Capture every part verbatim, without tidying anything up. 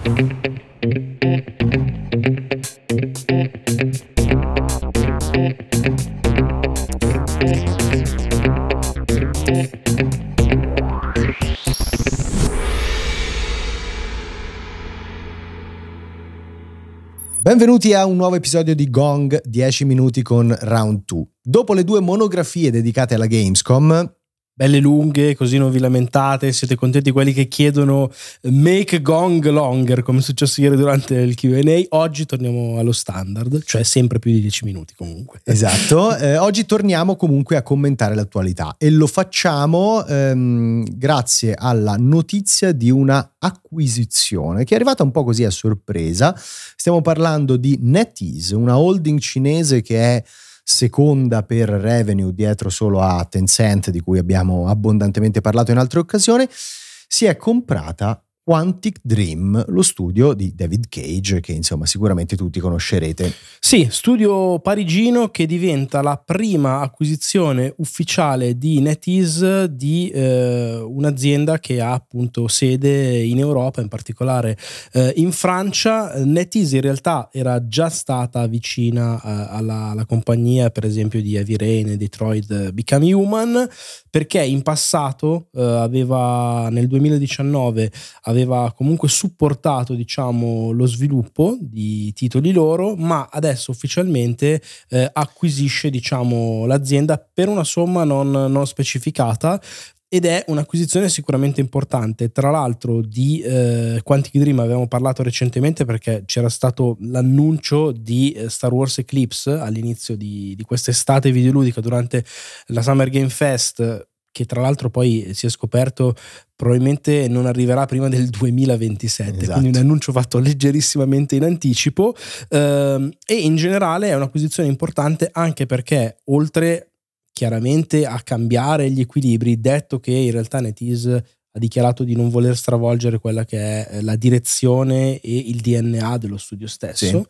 Benvenuti a un nuovo episodio di Gong dieci minuti con Round due. Dopo le due monografie dedicate alla Gamescom, belle lunghe, così non vi lamentate, siete contenti quelli che chiedono make Gong longer, come è successo ieri durante il Q and A. Oggi torniamo allo standard, cioè sempre più di dieci minuti comunque. Esatto, eh, oggi torniamo comunque a commentare l'attualità e lo facciamo ehm, grazie alla notizia di una acquisizione che è arrivata un po' così a sorpresa. Stiamo parlando di NetEase, una holding cinese che è seconda per revenue dietro solo a Tencent, di cui abbiamo abbondantemente parlato in altre occasioni. Si è comprata Quantic Dream, lo studio di David Cage, che insomma sicuramente tutti conoscerete. Sì, studio parigino che diventa la prima acquisizione ufficiale di NetEase di eh, un'azienda che ha appunto sede in Europa, in particolare eh, in Francia. NetEase in realtà era già stata vicina eh, alla, alla compagnia, per esempio, di Heavy Rain e Detroit Become Human, perché in passato eh, aveva nel duemiladiciannove aveva comunque supportato, diciamo, lo sviluppo di titoli loro, ma adesso ufficialmente eh, acquisisce, diciamo, l'azienda per una somma non, non specificata. Ed è un'acquisizione sicuramente importante. Tra l'altro di eh, Quantic Dream avevamo parlato recentemente, perché c'era stato l'annuncio di Star Wars Eclipse all'inizio di, di quest'estate videoludica durante la Summer Game Fest, che tra l'altro poi si è scoperto probabilmente non arriverà prima del duemilaventisette, esatto. Quindi un annuncio fatto leggerissimamente in anticipo, ehm, e in generale è un'acquisizione importante anche perché, oltre chiaramente a cambiare gli equilibri, detto che in realtà NetEase ha dichiarato di non voler stravolgere quella che è la direzione e il D N A dello studio stesso, sì,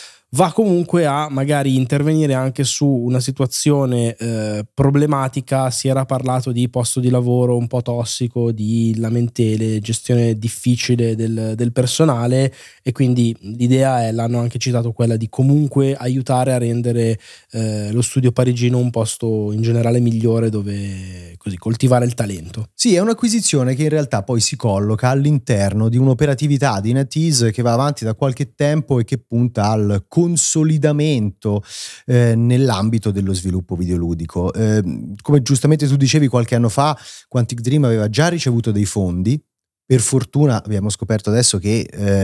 va comunque a magari intervenire anche su una situazione eh, problematica. Si era parlato di posto di lavoro un po' tossico, di lamentele, gestione difficile del, del personale, e quindi l'idea è, l'hanno anche citato, quella di comunque aiutare a rendere eh, lo studio parigino un posto in generale migliore dove così coltivare il talento. Sì, è un'acquisizione che in realtà poi si colloca all'interno di un'operatività di NetEase che va avanti da qualche tempo e che punta al consolidamento eh, nell'ambito dello sviluppo videoludico. Eh, come giustamente tu dicevi, qualche anno fa Quantic Dream aveva già ricevuto dei fondi. Per fortuna abbiamo scoperto adesso che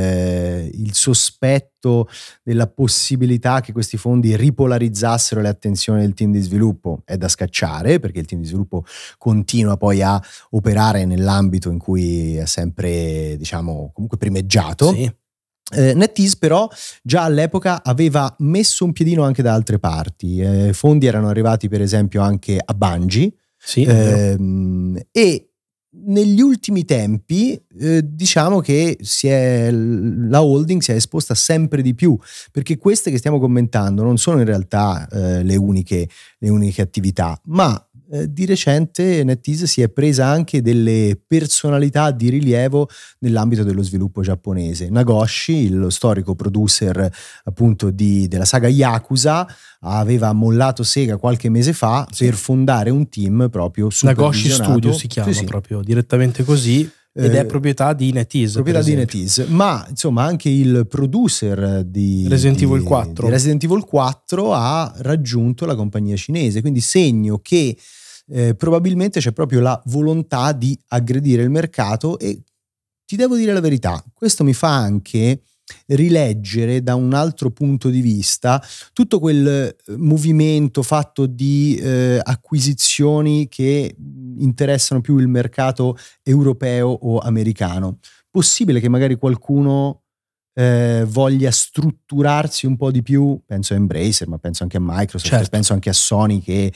eh, il sospetto della possibilità che questi fondi ripolarizzassero le attenzioni del team di sviluppo è da scacciare, perché il team di sviluppo continua poi a operare nell'ambito in cui è sempre, diciamo, comunque primeggiato. Sì. Eh, NetEase però già all'epoca aveva messo un piedino anche da altre parti. Eh, fondi erano arrivati per esempio anche a Bungie, sì, ehm, e negli ultimi tempi eh, diciamo che si è, la holding si è esposta sempre di più, perché queste che stiamo commentando non sono in realtà eh, le uniche, le uniche attività, ma Eh, di recente NetEase si è presa anche delle personalità di rilievo nell'ambito dello sviluppo giapponese. Nagoshi, lo storico producer appunto di, della saga Yakuza, aveva mollato Sega qualche mese fa, sì, per fondare un team proprio Nagoshi Studio si chiama, sì, sì, proprio direttamente così. Ed è proprietà di NetEase. Proprietà di NetEase, ma insomma anche il producer di Resident di, Evil quattro. di Resident Evil quattro ha raggiunto la compagnia cinese, quindi segno che eh, probabilmente c'è proprio la volontà di aggredire il mercato. E ti devo dire la verità, questo mi fa anche rileggere da un altro punto di vista tutto quel movimento fatto di eh, acquisizioni che interessano più il mercato europeo o americano. Possibile che magari qualcuno eh, voglia strutturarsi un po' di più, penso a Embracer, ma penso anche a Microsoft, certo, penso anche a Sony che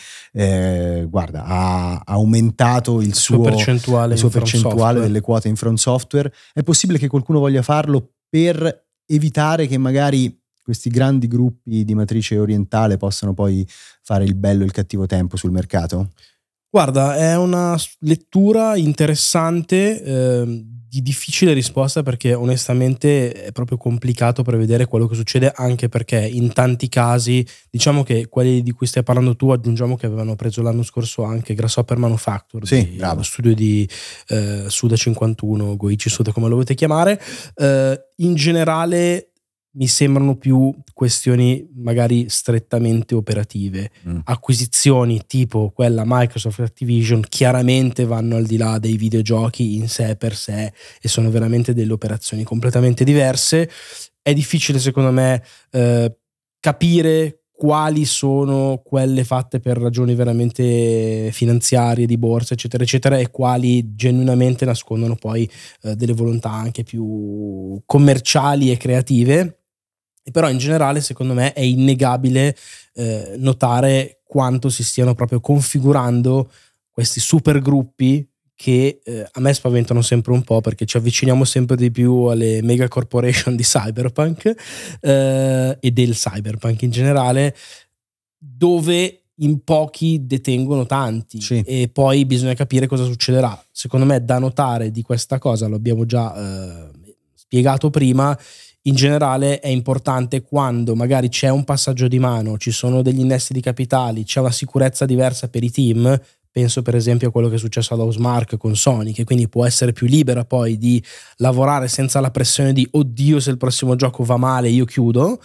eh, guarda, ha aumentato il suo, percentuale, la sua percentuale delle quote in From Software. È possibile che qualcuno voglia farlo per evitare che magari questi grandi gruppi di matrice orientale possano poi fare il bello e il cattivo tempo sul mercato? Guarda, è una lettura interessante. Eh, di difficile risposta, perché onestamente è proprio complicato prevedere quello che succede, anche perché in tanti casi, diciamo che quelli di cui stai parlando tu, aggiungiamo che avevano preso l'anno scorso anche Grasshopper Manufacture, sì, di, lo studio di eh, Suda cinquantuno, Goichi Suda, come lo volete chiamare. Eh, in generale mi sembrano più questioni magari strettamente operative. Mm. Acquisizioni tipo quella Microsoft Activision chiaramente vanno al di là dei videogiochi in sé per sé e sono veramente delle operazioni completamente diverse. È difficile secondo me eh, capire quali sono quelle fatte per ragioni veramente finanziarie, di borsa, eccetera, eccetera, e quali genuinamente nascondono poi eh, delle volontà anche più commerciali e creative. E però in generale secondo me è innegabile eh, notare quanto si stiano proprio configurando questi super gruppi che eh, a me spaventano sempre un po', perché ci avviciniamo sempre di più alle mega corporation di cyberpunk eh, e del cyberpunk in generale, dove in pochi detengono tanti. Sì. E poi bisogna capire cosa succederà. Secondo me da notare di questa cosa, lo abbiamo già eh, spiegato prima, in generale è importante quando magari c'è un passaggio di mano, ci sono degli innesti di capitali, c'è una sicurezza diversa per i team. Penso per esempio a quello che è successo ad Housemarque con Sony, che quindi può essere più libera poi di lavorare senza la pressione di oddio se il prossimo gioco va male io chiudo.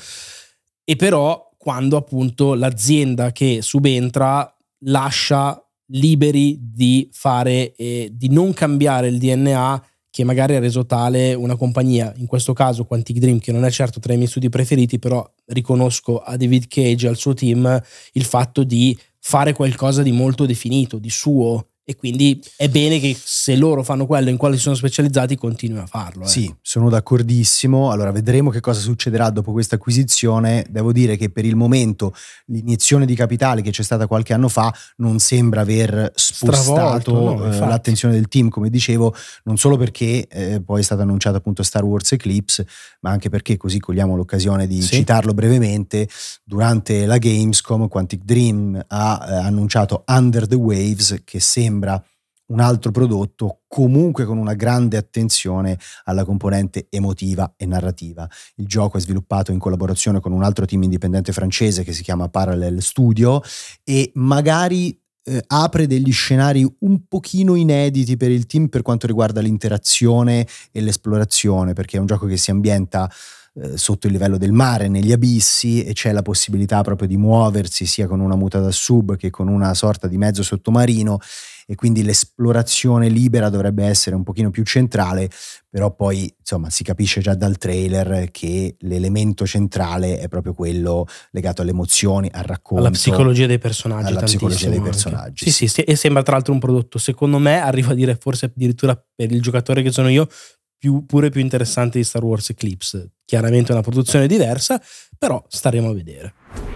E però quando appunto l'azienda che subentra lascia liberi di fare e di non cambiare il D N A che magari ha reso tale una compagnia, in questo caso Quantic Dream, che non è certo tra i miei studi preferiti, però riconosco a David Cage e al suo team il fatto di fare qualcosa di molto definito, di suo, e quindi è bene che se loro fanno quello in quale si sono specializzati continuino a farlo. Ecco. Sì, sono d'accordissimo. Allora vedremo che cosa succederà dopo questa acquisizione. Devo dire che per il momento l'iniezione di capitale che c'è stata qualche anno fa non sembra aver spostato no, eh, l'attenzione del team, come dicevo, non solo perché eh, poi è stato annunciato appunto Star Wars Eclipse, ma anche perché, così cogliamo l'occasione di sì. citarlo brevemente, durante la Gamescom Quantic Dream ha eh, annunciato Under the Waves, che sembra un altro prodotto comunque con una grande attenzione alla componente emotiva e narrativa. Il gioco è sviluppato in collaborazione con un altro team indipendente francese che si chiama Parallel Studio e magari eh, apre degli scenari un pochino inediti per il team per quanto riguarda l'interazione e l'esplorazione, perché è un gioco che si ambienta sotto il livello del mare, negli abissi, e c'è la possibilità proprio di muoversi sia con una muta da sub che con una sorta di mezzo sottomarino, e quindi l'esplorazione libera dovrebbe essere un pochino più centrale, però poi insomma si capisce già dal trailer che l'elemento centrale è proprio quello legato alle emozioni, al racconto, alla psicologia dei personaggi, alla psicologia dei personaggi. Sì, sì, sì, e sembra tra l'altro un prodotto, secondo me, arrivo a dire forse addirittura per il giocatore che sono io, più, pure più interessante di Star Wars Eclipse. Chiaramente una produzione diversa, però staremo a vedere.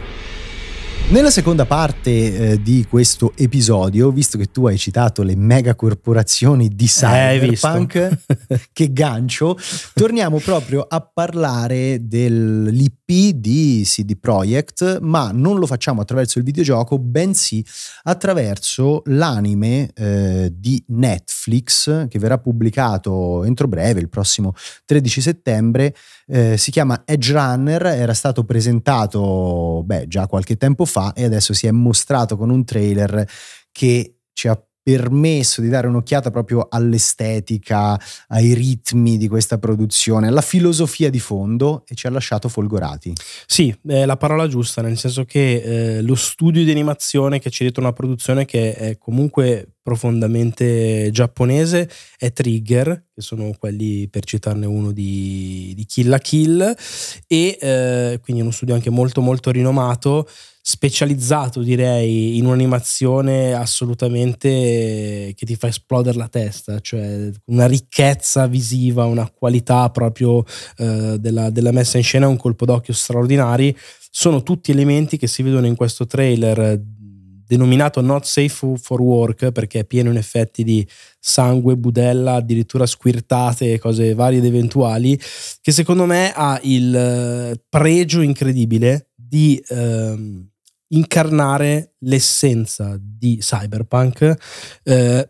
Nella seconda parte eh, di questo episodio, visto che tu hai citato le mega corporazioni di Cyberpunk, eh, che gancio, torniamo proprio a parlare dell'I P di C D Projekt, ma non lo facciamo attraverso il videogioco, bensì attraverso l'anime eh, di Netflix che verrà pubblicato entro breve, il prossimo tredici settembre. Eh, si chiama Edge Runner, era stato presentato beh, già qualche tempo fa e adesso si è mostrato con un trailer che ci ha permesso di dare un'occhiata proprio all'estetica, ai ritmi di questa produzione, alla filosofia di fondo, e ci ha lasciato folgorati. Sì, è la parola giusta, nel senso che eh, lo studio di animazione che c'è dietro una produzione che è comunque profondamente giapponese è Trigger, che sono quelli, per citarne uno, di, di Kill la Kill, e eh, quindi uno studio anche molto molto rinomato, specializzato direi in un'animazione assolutamente che ti fa esplodere la testa, cioè una ricchezza visiva, una qualità proprio eh, della, della messa in scena, un colpo d'occhio straordinari. Sono tutti elementi che si vedono in questo trailer denominato Not Safe for Work, perché è pieno in effetti di sangue, budella, addirittura squirtate e cose varie ed eventuali, che secondo me ha il pregio incredibile di ehm, incarnare l'essenza di Cyberpunk, eh,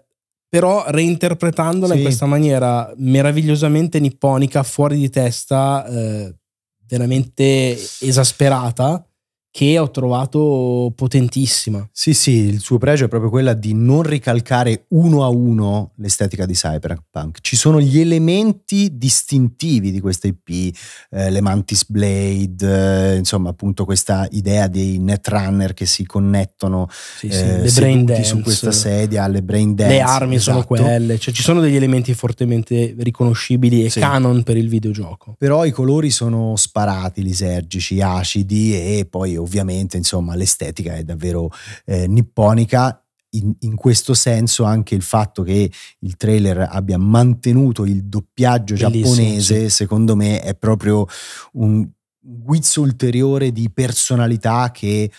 però reinterpretandola sì. in questa maniera meravigliosamente nipponica, fuori di testa, eh, veramente esasperata, che ho trovato potentissima. Sì, sì, il suo pregio è proprio quella di non ricalcare uno a uno l'estetica di Cyberpunk. Ci sono gli elementi distintivi di questa I P, eh, le Mantis Blade, eh, insomma appunto questa idea dei Netrunner che si connettono sì, sì, eh, le brain dance su questa sedia, le brain dance. Le armi esatto. sono quelle, cioè ci sono degli elementi fortemente riconoscibili e sì. canon per il videogioco. Però i colori sono sparati, lisergici, acidi e poi ovviamente insomma l'estetica è davvero eh, nipponica. In, in questo senso anche il fatto che il trailer abbia mantenuto il doppiaggio Bellissimo, giapponese sì. secondo me è proprio un guizzo ulteriore di personalità che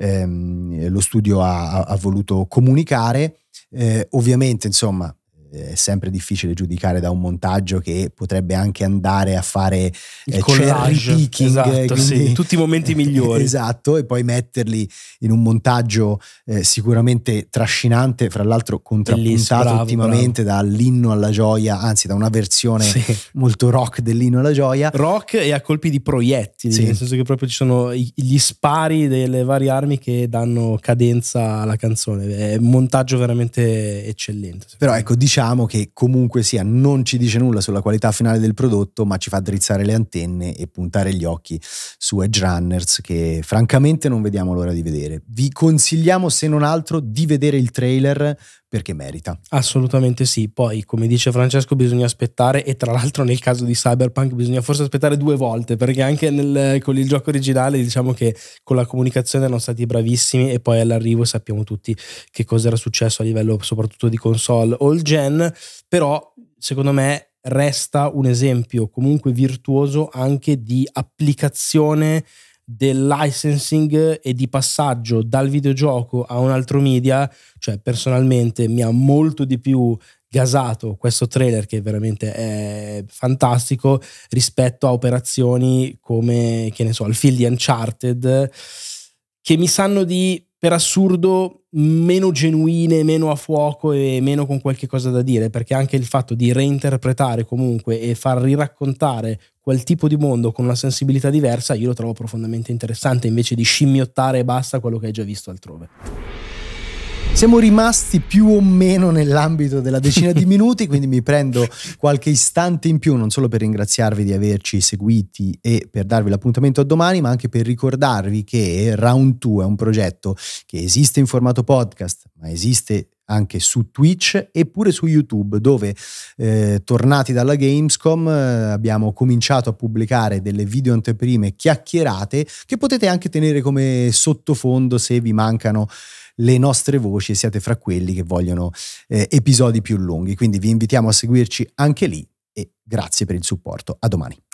ehm, lo studio ha, ha voluto comunicare. Eh, ovviamente insomma è sempre difficile giudicare da un montaggio che potrebbe anche andare a fare eh, cherry picking, esatto, quindi, sì, tutti i momenti migliori. Esatto, e poi metterli in un montaggio eh, sicuramente trascinante, fra l'altro contrappuntato bravo, ultimamente bravo. dall'inno alla gioia, anzi da una versione sì. molto rock dell'inno alla gioia. Rock e a colpi di proiettili, sì. nel senso che proprio ci sono gli spari delle varie armi che danno cadenza alla canzone. È un montaggio veramente eccellente. Però ecco, diciamo che comunque sia non ci dice nulla sulla qualità finale del prodotto, ma ci fa drizzare le antenne e puntare gli occhi su Edgerunners, che francamente non vediamo l'ora di vedere. Vi consigliamo se non altro di vedere il trailer perché merita. Assolutamente sì. Poi come dice Francesco bisogna aspettare, e tra l'altro nel caso di Cyberpunk bisogna forse aspettare due volte, perché anche nel, con il gioco originale diciamo che con la comunicazione erano stati bravissimi e poi all'arrivo sappiamo tutti che cosa era successo a livello soprattutto di console all gen. Però secondo me resta un esempio comunque virtuoso anche di applicazione del licensing e di passaggio dal videogioco a un altro media. Cioè personalmente mi ha molto di più gasato questo trailer, che veramente è fantastico, rispetto a operazioni come, che ne so, il film di Uncharted, che mi sanno di, per assurdo, meno genuine, meno a fuoco e meno con qualche cosa da dire, perché anche il fatto di reinterpretare comunque e far riraccontare quel tipo di mondo con una sensibilità diversa io lo trovo profondamente interessante, invece di scimmiottare e basta quello che hai già visto altrove. Siamo rimasti più o meno nell'ambito della decina di minuti, quindi mi prendo qualche istante in più, non solo per ringraziarvi di averci seguiti e per darvi l'appuntamento a domani, ma anche per ricordarvi che Round due è un progetto che esiste in formato podcast, ma esiste anche su Twitch e pure su YouTube, dove eh, tornati dalla Gamescom eh, abbiamo cominciato a pubblicare delle video anteprime chiacchierate che potete anche tenere come sottofondo se vi mancano le nostre voci e siate fra quelli che vogliono eh, episodi più lunghi. Quindi vi invitiamo a seguirci anche lì e grazie per il supporto. A domani.